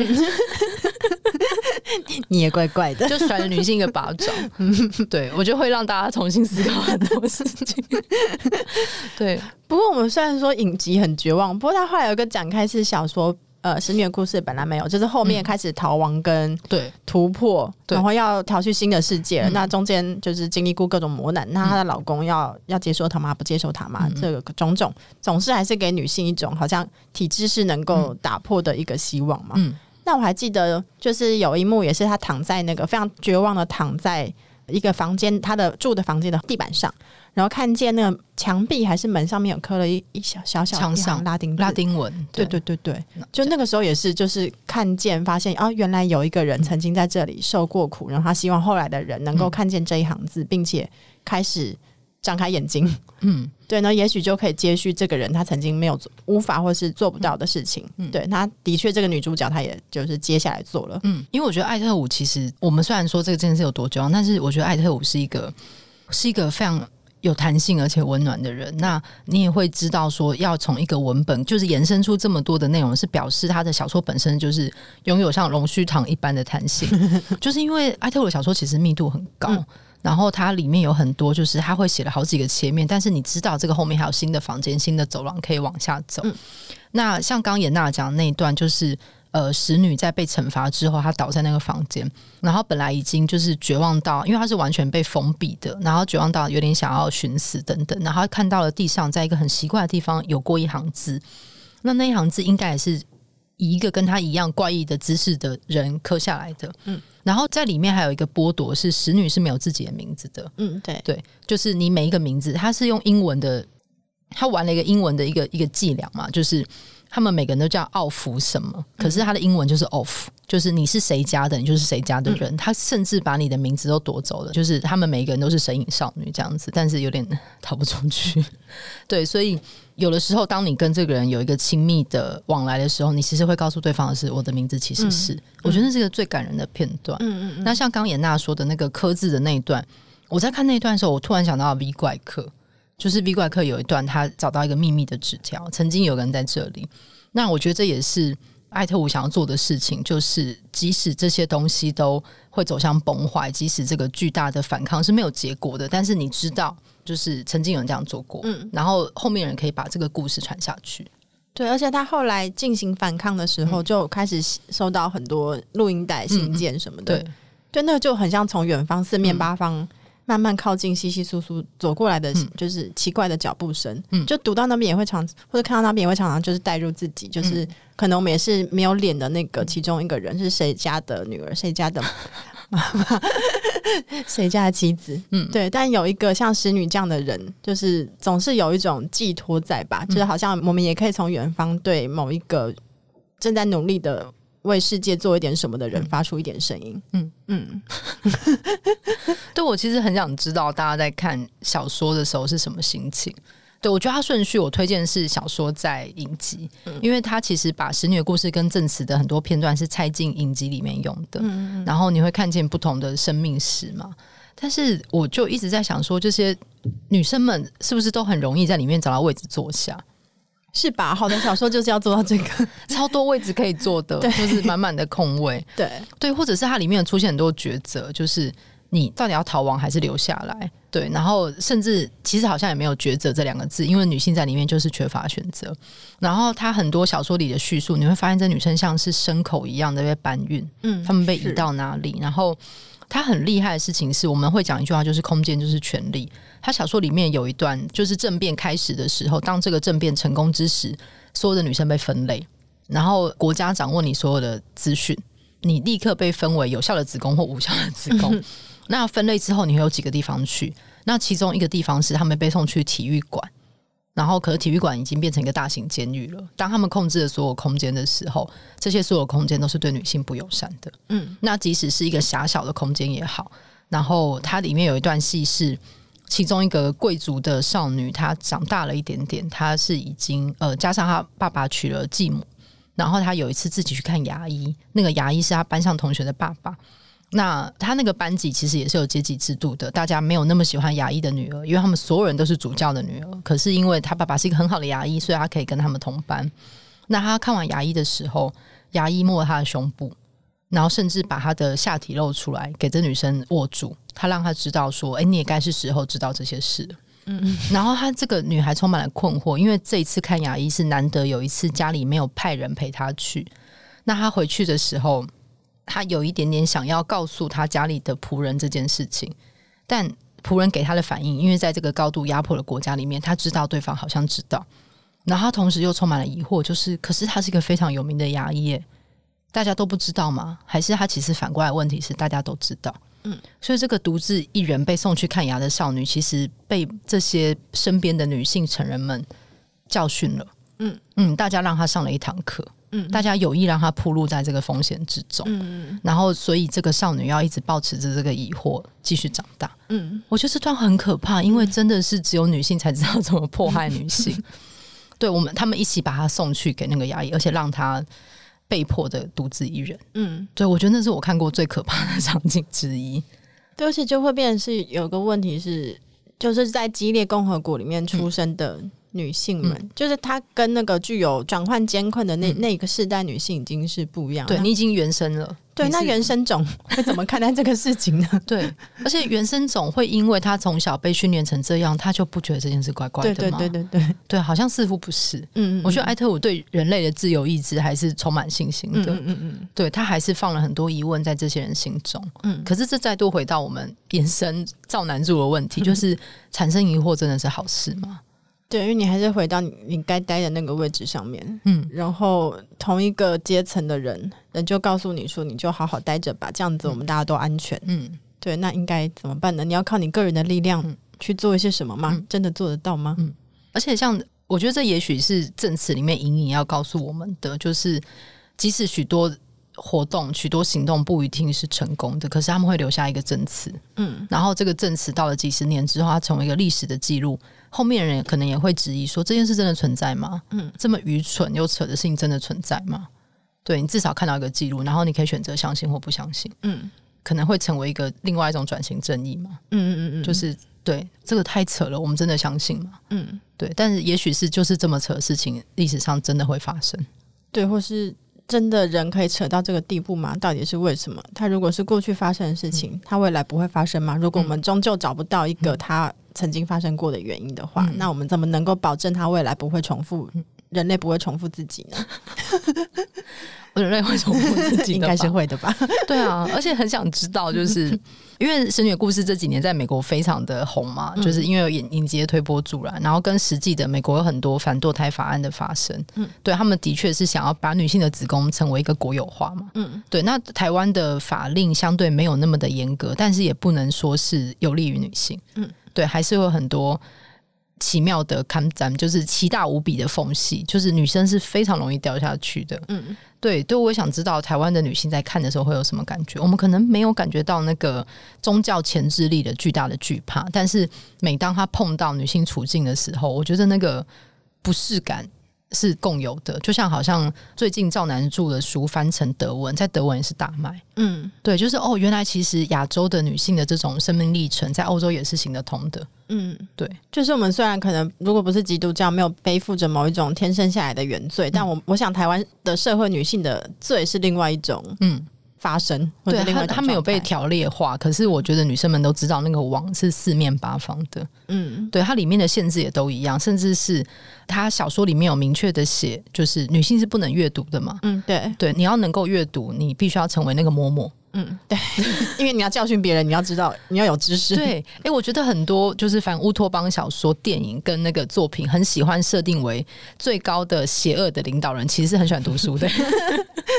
你也怪怪的， 就甩了女性一个巴掌。对，我觉得会让大家重新思考很多事情。对， 不过我们虽然说影集很绝望，不过他后来有一个展开是小说。使女的故事本来没有，就是后面开始逃亡跟突破，然后要逃去新的世界了。那中间就是经历过各种磨难，那她的老公要接受她吗？不接受她吗？这个种种，总是还是给女性一种好像体制是能够打破的一个希望嘛。那我还记得，就是有一幕也是她躺在那个非常绝望的躺在一个房间，她的住的房间的地板上。然后看见那个墙壁还是门上面有刻了一小墙上拉丁文， 对，就那个时候也是，就是看见发现原来有一个人曾经在这里受过苦，然后他希望后来的人能够看见这一行字，并且开始张开眼睛，对，那也许就可以接续这个人他曾经没有无法或是做不到的事情。对，他的确这个女主角她也就是接下来做了。 因为我觉得艾特伍其实我们虽然说这个件事有多绝望，但是我觉得艾特伍是一个非常有弹性而且温暖的人，那你也会知道说要从一个文本就是延伸出这么多的内容，是表示他的小说本身就是拥有像龙须糖一般的弹性。就是因为艾特伍的小说其实密度很高，然后它里面有很多就是他会写了好几个切面，但是你知道这个后面还有新的房间新的走廊可以往下走。那像刚严娜讲的那一段，就是使女在被惩罚之后，她倒在那个房间，然后本来已经就是绝望到，因为她是完全被封闭的，然后绝望到有点想要寻死等等，然后她看到了地上在一个很奇怪的地方有过一行字，那一行字应该也是以一个跟她一样怪异的姿势的人刻下来的。然后在里面还有一个剥夺，是使女是没有自己的名字的。对，就是你每一个名字，她是用英文的，她玩了一个英文的一个伎俩嘛，就是他们每个人都叫奥弗什么，可是他的英文就是 off， 就是你是谁家的，你就是谁家的人。他甚至把你的名字都夺走了，就是他们每一个人都是神隐少女这样子，但是有点逃不出去。对，所以有的时候当你跟这个人有一个亲密的往来的时候，你其实会告诉对方的是我的名字其实是，我觉得那是一个最感人的片段。那像刚严娜说的那个刻字的那一段，我在看那一段的时候，我突然想到 V 怪客，就是 V 怪客有一段他找到一个秘密的纸条，曾经有个人在这里。那我觉得这也是艾特伍想要做的事情，就是即使这些东西都会走向崩坏，即使这个巨大的反抗是没有结果的，但是你知道就是曾经有人这样做过，然后后面人可以把这个故事传下去。 对，而且他后来进行反抗的时候，就开始收到很多录音带、信件什么的。对，那个就很像从远方四面八方慢慢靠近稀稀疏疏走过来的就是奇怪的脚步声，就读到那边也会或者看到那边也会常常就是带入自己，就是可能我们也是没有脸的那个其中一个人，是谁家的女儿，谁家的妈妈，谁家的妻子。对，但有一个像使女这样的人，就是总是有一种寄托在吧，就是好像我们也可以从远方对某一个正在努力的为世界做一点什么的人发出一点声音。 对，我其实很想知道大家在看小说的时候是什么心情。对，我觉得它顺序我推荐是小说在影集，因为它其实把使女的故事跟证词的很多片段是拆进影集里面用的，然后你会看见不同的生命史嘛。但是我就一直在想说，这些女生们是不是都很容易在里面找到位置坐下？ 是吧？好的小说就是要做到这个， 超多位置可以坐的，就是满满的空位。对，或者是它里面出现很多抉择，就是你到底要逃亡还是留下来？对，然后甚至其实好像也没有抉择这两个字，因为女性在里面就是缺乏选择。然后它很多小说里的叙述，你会发现这女生像是牲口一样的被搬运，她们被移到哪里？然后它很厉害的事情是，我们会讲一句话，就是空间就是权力。他小说里面有一段，就是政变开始的时候，当这个政变成功之时，所有的女生被分类，然后国家掌握你所有的资讯，你立刻被分为有效的子宫或无效的子宫。 那分类之后，你会有几个地方去？那其中一个地方是他们被送去体育馆，然后可是体育馆已经变成一个大型监狱了。当他们控制了所有空间的时候，这些所有空间都是对女性不友善的。那即使是一个狭小的空间也好，然后它里面有一段戏是其中一个贵族的少女，她长大了一点点，她是已经加上她爸爸娶了继母，然后她有一次自己去看牙医，那个牙医是她班上同学的爸爸。那他那个班级其实也是有阶级制度的，大家没有那么喜欢牙医的女儿，因为他们所有人都是主教的女儿。可是因为他爸爸是一个很好的牙医，所以他可以跟他们同班。那他看完牙医的时候，牙医摸了他的胸部，然后甚至把他的下体露出来给这女生握住，他让她知道说你也该是时候知道这些事了。然后她这个女孩充满了困惑，因为这一次看牙医是难得有一次家里没有派人陪她去。那她回去的时候，他有一点点想要告诉他家里的仆人这件事情，但仆人给他的反应，因为在这个高度压迫的国家里面，他知道对方好像知道，然后他同时又充满了疑惑，就是可是他是一个非常有名的牙医耶，大家都不知道吗？还是他其实反过来问题是大家都知道？所以这个独自一人被送去看牙的少女，其实被这些身边的女性成人们教训了。大家让她上了一堂课。大家有意让她暴露在这个风险之中。然后所以这个少女要一直保持着这个疑惑继续长大。我觉得这段很可怕，因为真的是只有女性才知道怎么迫害女性。对，他们一起把她送去给那个牙医，而且让她被迫的独自一人。对，我觉得那是我看过最可怕的场景之一。 对，而且就会变成是有个问题是，就是在激烈共和国里面出生的女性们，就是她跟那个具有转换艰困的那个世代女性已经是不一样了。 对，你已经原生了。 对，那原生种会怎么看待这个事情呢？ 对，而且原生种会因为她从小被训练成这样，她就不觉得这件事怪怪的吗？对，好像似乎不是。我觉得艾特伍对人类的自由意志还是充满信心的。对，他还是放了很多疑问在这些人心中。可是这再度回到我们延伸赵南柱的问题，就是产生疑惑真的是好事吗？ 对，因为你还是回到你该待的那个位置上面。然后同一个阶层的人就告诉你说你就好好待着吧，这样子我们大家都安全。对，那应该怎么办呢？你要靠你个人的力量去做一些什么吗？真的做得到吗？ 而且像我觉得这也许是证词里面隐隐要告诉我们的，就是即使许多活动许多行动不一定是成功的，可是他们会留下一个证词。然后这个证词到了几十年之后，它成为一个历史的记录，后面人可能也会质疑说这件事真的存在吗？这么愚蠢又扯的事情真的存在吗？对，你至少看到一个记录，然后你可以选择相信或不相信。可能会成为一个另外一种转型正义嘛。就是对，这个太扯了，我们真的相信吗？对，但是也许是就是这么扯的事情历史上真的会发生。 对，或是真的人可以扯到这个地步吗？到底是为什么？它如果是过去发生的事情，它未来不会发生吗？如果我们终究找不到一个它曾经发生过的原因的话，那我们怎么能够保证它未来不会重复？人类不会重复自己呢？ 人类会重复自己的吧？ 应该是会的吧？ 对啊，而且很想知道，就是因为神女故事这几年在美国非常的红嘛，就是因为有影集的推波助澜，然后跟实际的美国有很多反堕胎法案的发生。对，他们的确是想要把女性的子宫成为一个国有化嘛。对，那台湾的法令相对没有那么的严格，但是也不能说是有利于女性。对，还是会有很多奇妙的看展，就是奇大无比的缝隙，就是女生是非常容易掉下去的。对，我也想知道台湾的女性在看的时候会有什么感觉。我们可能没有感觉到那个宗教钳制力的巨大的惧怕，但是每当她碰到女性处境的时候，我觉得那个不适感是共有的。就像好像最近赵南柱的书翻成德文，在德文也是大卖。对，就是原来其实亚洲的女性的这种生命历程在欧洲也是行得通的。对， 就是我们虽然可能如果不是基督教，没有背负着某一种天生下来的原罪，但我想台湾的社会女性的罪是另外一种发生， 对，它没有被条列化，可是我觉得女生们都知道那个网是四面八方的。对，它里面的限制也都一样，甚至是它小说里面有明确的写，就是女性是不能阅读的嘛。对，你要能够阅读，你必须要成为那个嬷嬷。 对，因为你要教训别人，你要知道，你要有知识。 对，我觉得很多就是反乌托邦小说、电影跟那个作品，很喜欢设定为最高的邪恶的领导人，其实是很喜欢读书的。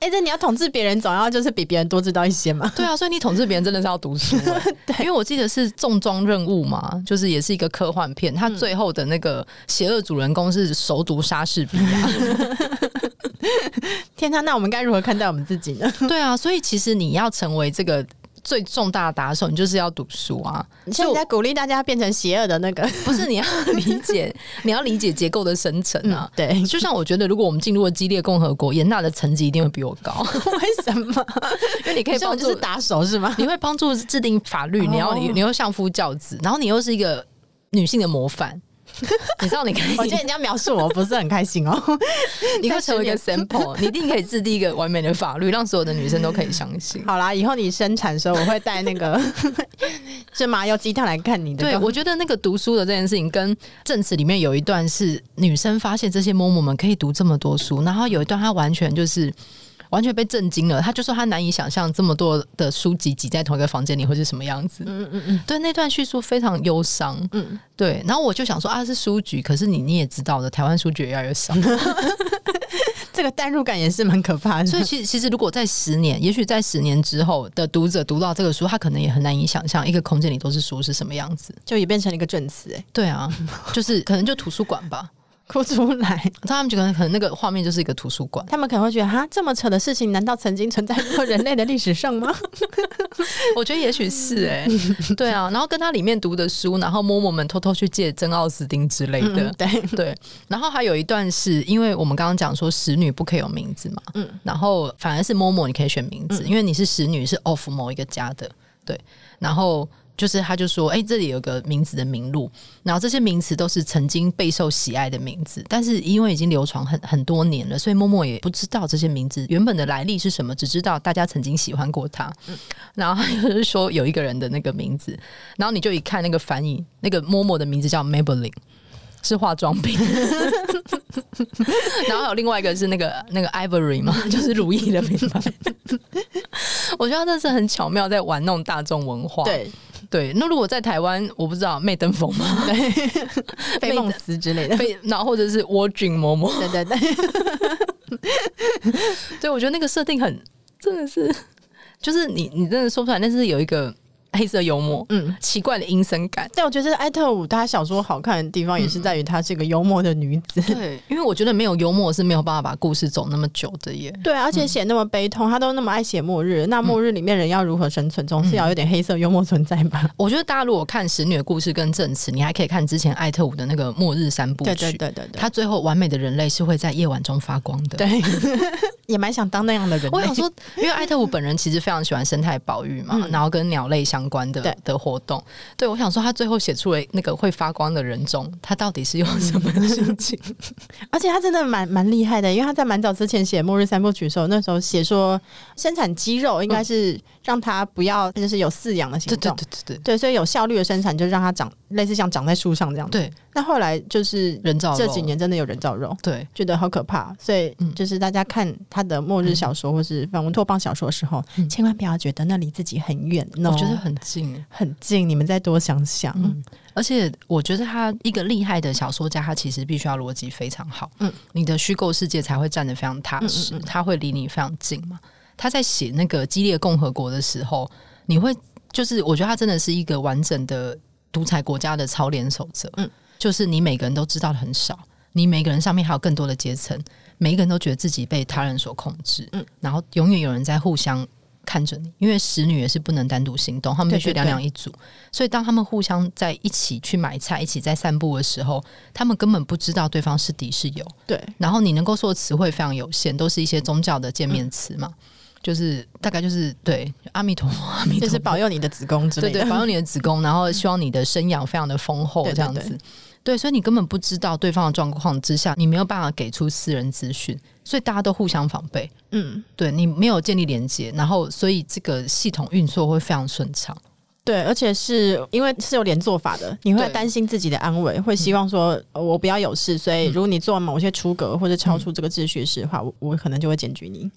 这你要统治别人，总要就是比别人多知道一些嘛。 对啊，所以你统治别人真的是要读书、欸、因为我记得是重装任务嘛，就是也是一个科幻片，他最后的那个邪恶主人公是熟读莎士比亚。 天哪，那我们该如何看待我们自己呢？ 对啊，所以其实你要成为这个最重大的打手，你就是要读书啊。 你现在在鼓励大家变成邪恶的那个， 不是，你要理解，你要理解结构的生成啊。 对， 就像我觉得，如果我们进入了激烈共和国，严娜的成绩一定会比我高。 为什么？ 因为你可以帮助， 就是打手是吗？ 你会帮助制定法律，你又相夫教子，然后你又是一个女性的模范。你知道你可以， 我觉得人家描述我不是很开心哦。 你会成为一个 sample， 你一定可以制定一个完美的法律，让所有的女生都可以相信。 好啦，以后你生产的时候，我会带那个是麻油鸡汤来看你的。 对，我觉得那个读书的这件事情，跟证词里面有一段是女生发现这些嬷嬷们可以读这么多书，然后有一段她完全被震惊了，他就说他难以想象这么多的书籍挤在同一个房间里会是什么样子。对，那段叙述非常忧伤。对，然后我就想说是书局，可是你也知道的，台湾书局越来越少。 这个代入感也是蛮可怕的。 所以其实如果在10年，也许在10年之后的读者读到这个书，他可能也很难以想象一个空间里都是书是什么样子， 就也变成了一个证词。 对啊，就是可能就图书馆吧。 哭出来， 他们就可能那个画面就是一个图书馆， 他们可能会觉得哈，这么扯的事情难道曾经存在过人类的历史上吗？ 我觉得也许是对啊，然后跟他里面读的书，然后嬷嬷们偷偷去借珍奥斯汀之类的。对，然后还有一段是因为我们刚刚讲说使女不可以有名字嘛，然后反而是嬷嬷你可以选名字，因为你是使女是 of 某一个家的。对，然后就是他就说这里有个名字的名录，然后这些名词都是曾经备受喜爱的名字，但是因为已经流传很多年了，所以默默也不知道这些名字原本的来历是什么，只知道大家曾经喜欢过他。然后他就是说有一个人的那个名字，然后你就一看那个翻译，那个默默的名字叫 Maybelline， 是化妆品。然后还有另外一个是那个 Ivory 嘛，就是如意的品牌。我觉得他真的是很巧妙在玩那种大众文化。对，那如果在台湾，我不知道媚登峰吗？ 对，菲梦斯之类的， 然后或者是蜗苣嬷嬷。 对。 对，我觉得那个设定真的是，就是你真的说不出来，但是有一个黑色幽默，奇怪的阴森感。 但我觉得艾特伍他小说好看的地方也是在于她是一个幽默的女子。 对，因为我觉得没有幽默是没有办法把故事走那么久的耶。 对，而且写那么悲痛，他都那么爱写末日，那末日里面人要如何生存，总是要有点黑色幽默存在吧。 我觉得大家如果看使女的故事跟证词，你还可以看之前艾特伍的那个末日3部曲。 对，他最后完美的人类是会在夜晚中发光的。 对。也蛮想当那样的人类。 我想说，因为艾特伍本人其实非常喜欢生态保育嘛，然后跟鸟类相关的活动。对，我想说他最后写出了那个会发光的人种，他到底是用什么心情？ 而且他真的蛮厉害的，因为他在蛮早之前写《末日3部曲》的时候，那时候写说生产鸡肉应该是让它不要就是有饲养的形状，对，所以有效率的生产就让它长类似像长在树上这样子。对，那后来就是人造肉， 这几年真的有人造肉，对，觉得好可怕。所以就是大家看他的末日小说或是反乌托邦小说的时候，千万不要觉得那离自己很远，我觉得很近， 很近。你们再多想想。 而且我觉得他一个厉害的小说家，他其实必须要逻辑非常好，你的虚构世界才会站得非常踏实，他会离你非常近嘛。他在写那个激烈共和国的时候，你会就是我觉得他真的是一个完整的独裁国家的操练守则，就是你每个人都知道的很少，你每个人上面还有更多的阶层，每一个人都觉得自己被他人所控制，然后永远有人在互相看着你，因为使女也是不能单独行动，他们必须两一组，所以当他们互相在一起去买菜，一起在散步的时候，他们根本不知道对方是敌是友。对，然后你能够说的词汇非常有限，都是一些宗教的见面词嘛，就是大概就是对阿弥陀佛，阿弥陀佛，就是保佑你的子宫之类的， 对，保佑你的子宫，然后希望你的生养非常的丰厚，这样子。对，所以你根本不知道对方的状况之下，你没有办法给出私人资讯，所以大家都互相防备。对，你没有建立连接，然后所以这个系统运作会非常顺畅。 对，而且是因为是有连坐法的，你会担心自己的安危，会希望说我不要有事，所以如果你做某些出格或者超出这个秩序式的话，我可能就会检举你。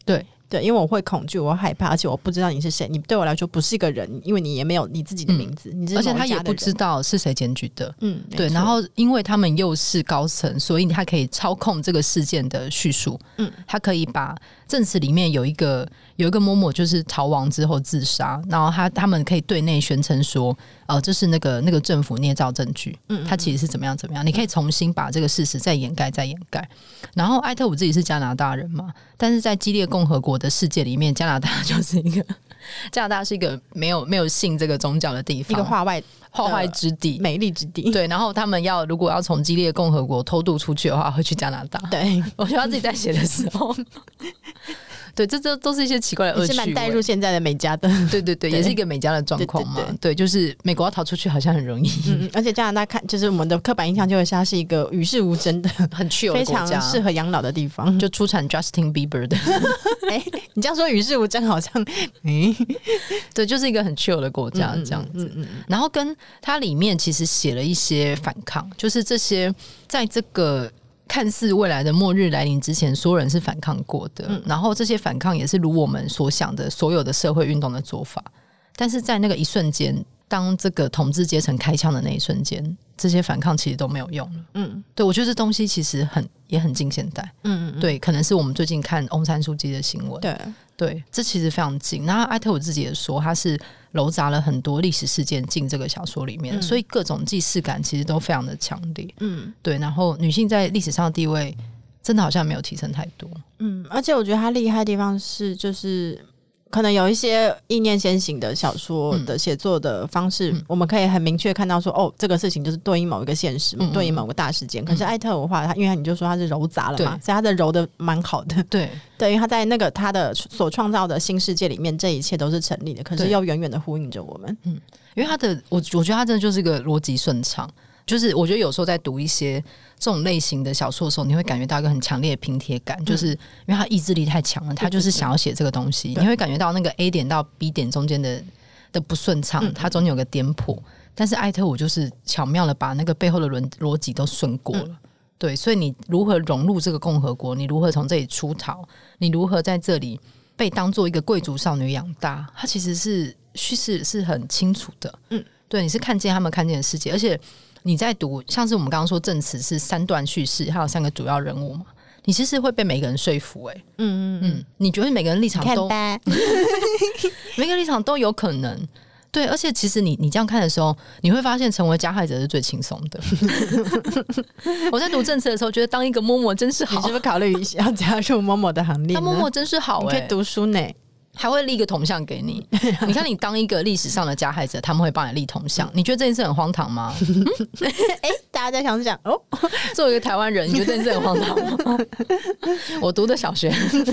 对，因为我会恐惧，我会害怕，而且我不知道你是谁，你对我来说不是一个人，因为你也没有你自己的名字，你是而且他也某一家的人不知道是谁检举的。对， 没错然后因为他们又是高层，所以他可以操控这个事件的叙述。他可以把证词里面有一个嬷嬷就是逃亡之后自杀，然后他们可以对内宣称说，这是那个政府捏造证据，他其实是怎么样怎么样，你可以重新把这个事实再掩盖。然后艾特伍自己是加拿大人嘛，但是在激烈共和国的世界里面，加拿大是一个没有信这个宗教的地方， 一个化外之地， 美丽之地。 对，然后他们如果要从激烈共和国偷渡出去的话，会去加拿大。 对， 我觉得他自己在写的时候，对，这都是一些奇怪的恶趣味， 是蛮带入现在的美加的。 对，也是一个美加的状况嘛。对，就是美国要逃出去好像很容易， 而且加拿大就是我们的刻板印象就会是它是一一个与世无争的、 很 chill 的非国家， 常适合养老的地方， 就出产 Justin Bieber 的。 你这样说与世无争，好像对，就是一个很 chill 的国家这样子。然后跟它里面其实写了一些反抗，就是这些在这个看似未来的末日来临之前，所有人是反抗过的，然后这些反抗也是如我们所想的所有的社会运动的做法，但是在那个一瞬间，当这个统治阶层开枪的那一瞬间，这些反抗其实都没有用了。对，我觉得这东西其实也很近现代。对，可能是我们最近看翁山书记的新闻。对，这其实非常近。然后艾特伍自己也说，他是糅杂了很多历史事件进这个小说里面，所以各种既视感其实都非常的强烈。对，然后女性在历史上的地位真的好像没有提升太多。 而且我觉得他厉害的地方是，就是可能有一些意念先行的小说的写作的方式，我们可以很明确看到说，哦，这个事情就是对应某一个现实，对应某个大事件。可是艾特伍的话，因为你就说他是糅杂了嘛，所以他的糅的蛮好的。对，因为他在那个他的所创造的新世界里面，这一切都是成立的，可是又远远的呼应着我们。 因为他的我觉得他真的就是一个逻辑顺畅。就是我觉得有时候在读一些这种类型的小说的时候，你会感觉到一个很强烈的拼贴感，就是因为他意志力太强了，他就是想要写这个东西，你会感觉到那个 A 点到 B 点中间的不顺畅，它中间有个颠簸，但是艾特伍就是巧妙的把那个背后的逻辑都顺过了。对，所以你如何融入这个共和国，你如何从这里出逃，你如何在这里被当做一个贵族少女养大，它其实是叙事是很清楚的。对，你是看见他们看见的世界，而且你在读，像是我们刚刚说证词是3段叙事，还有3个主要人物嘛，你其实会被每个人说服。你觉得每个人立场都每个立场都有可能。对，而且其实你这样看的时候，你会发现成为加害者是最轻松的。我在读证词的时候，觉得当一个嬷嬷真是好。 你是不是考虑要加入嬷嬷的行列呢？ 当嬷嬷真是好。 你可以读书呢， 还会立个铜像给你。你看，你当一个历史上的加害者，他们会帮你立铜像。你觉得这件事很荒唐吗？ 大家在想想哦， 作为一个台湾人，你觉得这件事很荒唐吗？我读的小学，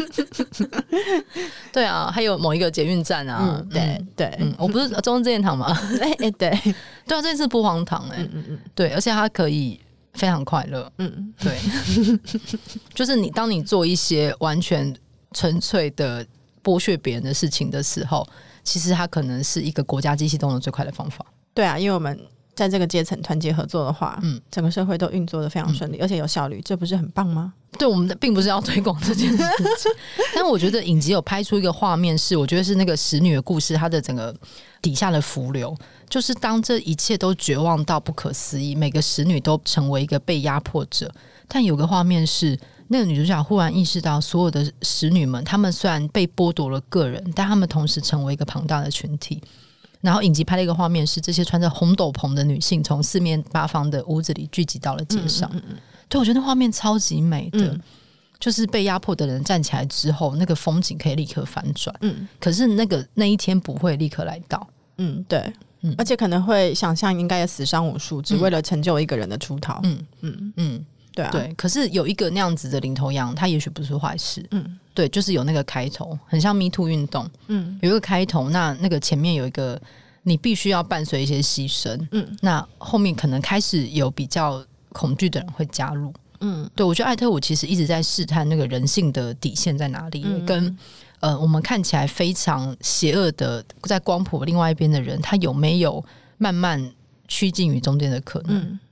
对啊，还有某一个捷运站啊， 对， 我不是中正纪念堂吗？ 对啊， 这件事不荒唐对，而且它可以非常快乐。对，就是当你做一些完全纯粹的剥削别人的事情的时候，其实它可能是一个国家机器动得最快的方法。 对啊，因为我们在这个阶层团结合作的话，整个社会都运作得非常顺利，而且有效率，这不是很棒吗？对， 我们并不是要推广这件事情，但我觉得影集有拍出一个画面是，我觉得是那个使女的故事，它的整个底下的浮流，就是当这一切都绝望到不可思议，每个使女都成为一个被压迫者，但有个画面是那个女主角忽然意识到，所有的使女们，她们虽然被剥夺了个人，但她们同时成为一个庞大的群体。然后影集拍了一个画面是，这些穿着红斗篷的女性从四面八方的屋子里聚集到了街上。对，我觉得那画面超级美的。就是被压迫的人站起来之后，那个风景可以立刻反转。可是那一天不会立刻来到。 对。而且可能会想象应该也死伤无数，只为了成就一个人的出逃。对啊， 对，可是有一个那样子的领头羊，他也许不是坏事。对，就是有那个开头，很像 Me Too 运动。有一个开头，那个前面有一个，你必须要伴随一些牺牲。那后面可能开始有比较恐惧的人会加入。对，我觉得艾特伍其实一直在试探那个人性的底线在哪里，跟我们看起来非常邪恶的在光谱另外一边的人，他有没有慢慢趋近于中间的可能？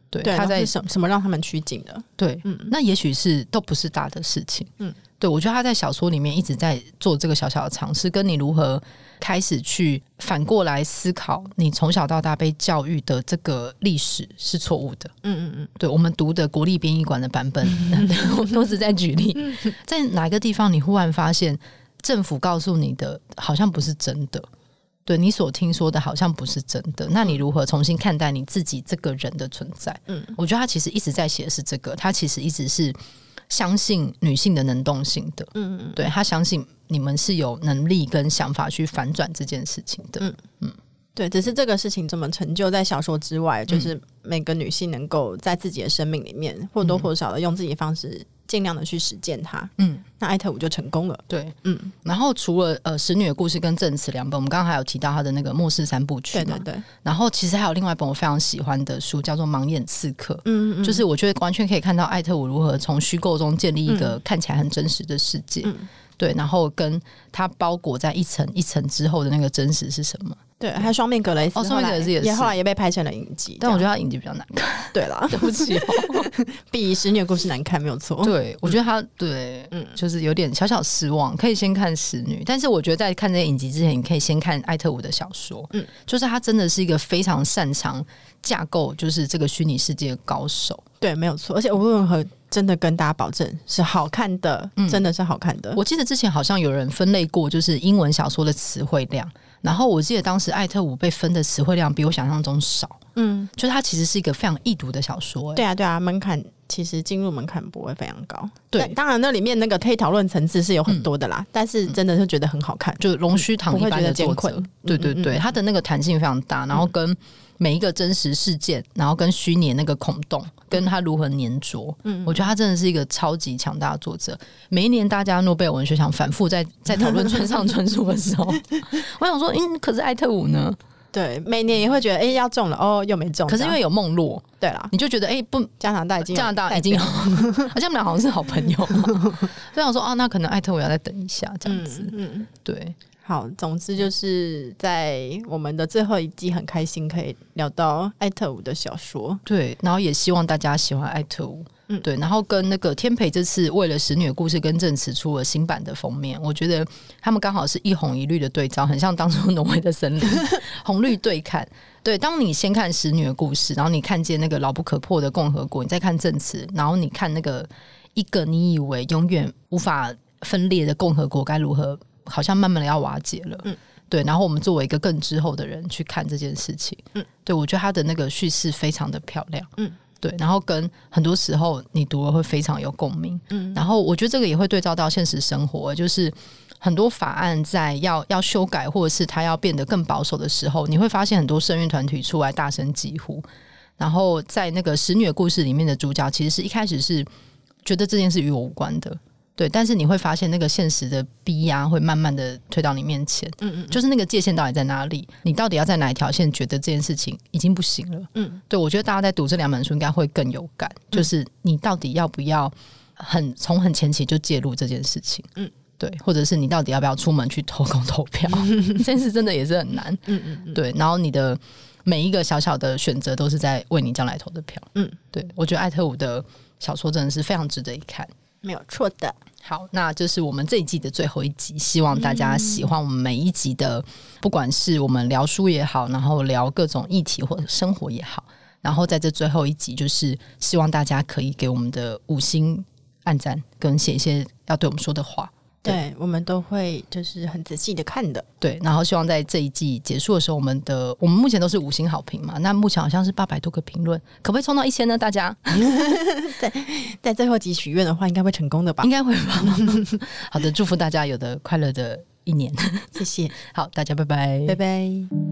对， 对， 他在是什么让他们趋近的？ 对，那也许都不是大的事情。对，我觉得他在小说里面一直在做这个小小的尝试，跟你如何开始去反过来思考，你从小到大被教育的这个历史是错误的。对，我们读的国立编译馆的版本，我都是在举例，在哪一个地方你忽然发现政府告诉你的好像不是真的。对，你所听说的好像不是真的，那你如何重新看待你自己这个人的存在？我觉得他其实一直在写的是这个，他其实一直是相信女性的能动性的，对，他相信你们是有能力跟想法去反转这件事情的， 对，只是这个事情怎么成就在小说之外，就是每个女性能够在自己的生命里面或多或少的用自己的方式尽量的去实践它，那艾特伍就成功了。 对，然后除了使女的故事跟证词两本，我们刚刚还有提到他的那个末世三部曲嘛，对，然后其实还有另外一本我非常喜欢的书叫做《盲眼刺客》，就是我觉得完全可以看到艾特伍如何从虚构中建立一个看起来很真实的世界，对，然后跟它包裹在一层一层之后的那个真实是什么。对， 还有双面格雷斯， 双面格雷斯也是， 后来也被拍成了影集， 但我觉得他影集比较难看。 对啦， 对不起比使女的故事难看没有错。 对，我觉得他对，就是有点小小失望。可以先看使女，但是我觉得在看这些影集之前，你可以先看艾特伍的小说。就是他真的是一个非常擅长架构，就是这个虚拟世界的高手。 对，没有错，而且无论如何真的跟大家保证是好看的，真的是好看的。 我记得之前好像有人分类过，就是英文小说的词汇量。然后我记得当时艾特伍被分的词汇量比我想象中少，就是它其实是一个非常易读的小说。 对啊，门槛其实进入门槛不会非常高。 对， 当然那里面那个可以讨论层次是有很多的啦，但是真的是觉得很好看， 就龙须堂一般的作者。对，它的那个弹性非常大，然后跟每一个真实事件，然后跟虚拟那个孔洞，跟他如何粘着，我觉得他真的是一个超级强大的作者。每一年大家诺贝尔文学奖反复在讨论村上春树的时候，我想说，可是艾特伍呢？对， 每年也会觉得要中了哦，又没中。 可是因为有梦洛， 对啦， 你就觉得不， 加拿大已经有， 而且他们俩好像是好朋友，所以我说那可能艾特伍要再等一下这样子。对。 好，总之就是在我们的最后一季很开心可以聊到艾特伍的小说， 对，然后也希望大家喜欢艾特伍，对，然后跟那个天培这次为了使女的故事跟证词出了新版的封面，我觉得他们刚好是一红一绿的对照，很像当初挪威的森林红绿对看。对，当你先看使女的故事，然后你看见那个牢不可破的共和国，你再看证词，然后你看那个一个你以为永远无法分裂的共和国该如何好像慢慢的要瓦解了，对，然后我们作为一个更之后的人去看这件事情，对，我觉得他的那个叙事非常的漂亮，对，然后跟很多时候你读了会非常有共鸣，然后我觉得这个也会对照到现实生活，就是很多法案在要修改或者是它要变得更保守的时候，你会发现很多社运团体出来大声疾呼，然后在那个使女的故事里面的主角其实是一开始是觉得这件事与我无关的，对，但是你会发现那个现实的逼压会慢慢的推到你面前，就是那个界限到底在哪里，你到底要在哪一条线觉得这件事情已经不行了，对，我觉得大家在读这两本书应该会更有感，就是你到底要不要从很前期就介入这件事情，对，或者是你到底要不要出门去投公投票这件事真的也是很难，对，然后你的每一个小小的选择都是在为你将来投的票，对，我觉得艾特伍的小说真的是非常值得一看， 没有错的。 好，那这是我们这一季的最后一集，希望大家喜欢我们每一集的，不管是我们聊书也好，然后聊各种议题或者生活也好，然后在这最后一集就是希望大家可以给我们的5星按赞跟写一些要对我们说的话， 对，我们都会就是很仔细的看的， 对，然后希望在这一季结束的时候，我们目前都是5星好评嘛，那目前好像是800多个评论，可不可以冲到1000呢？大家在最后集许愿的话，应该会成功的吧？ 应该会吧。好的，祝福大家有的快乐的一年， 谢谢。 好，大家拜拜， 拜拜。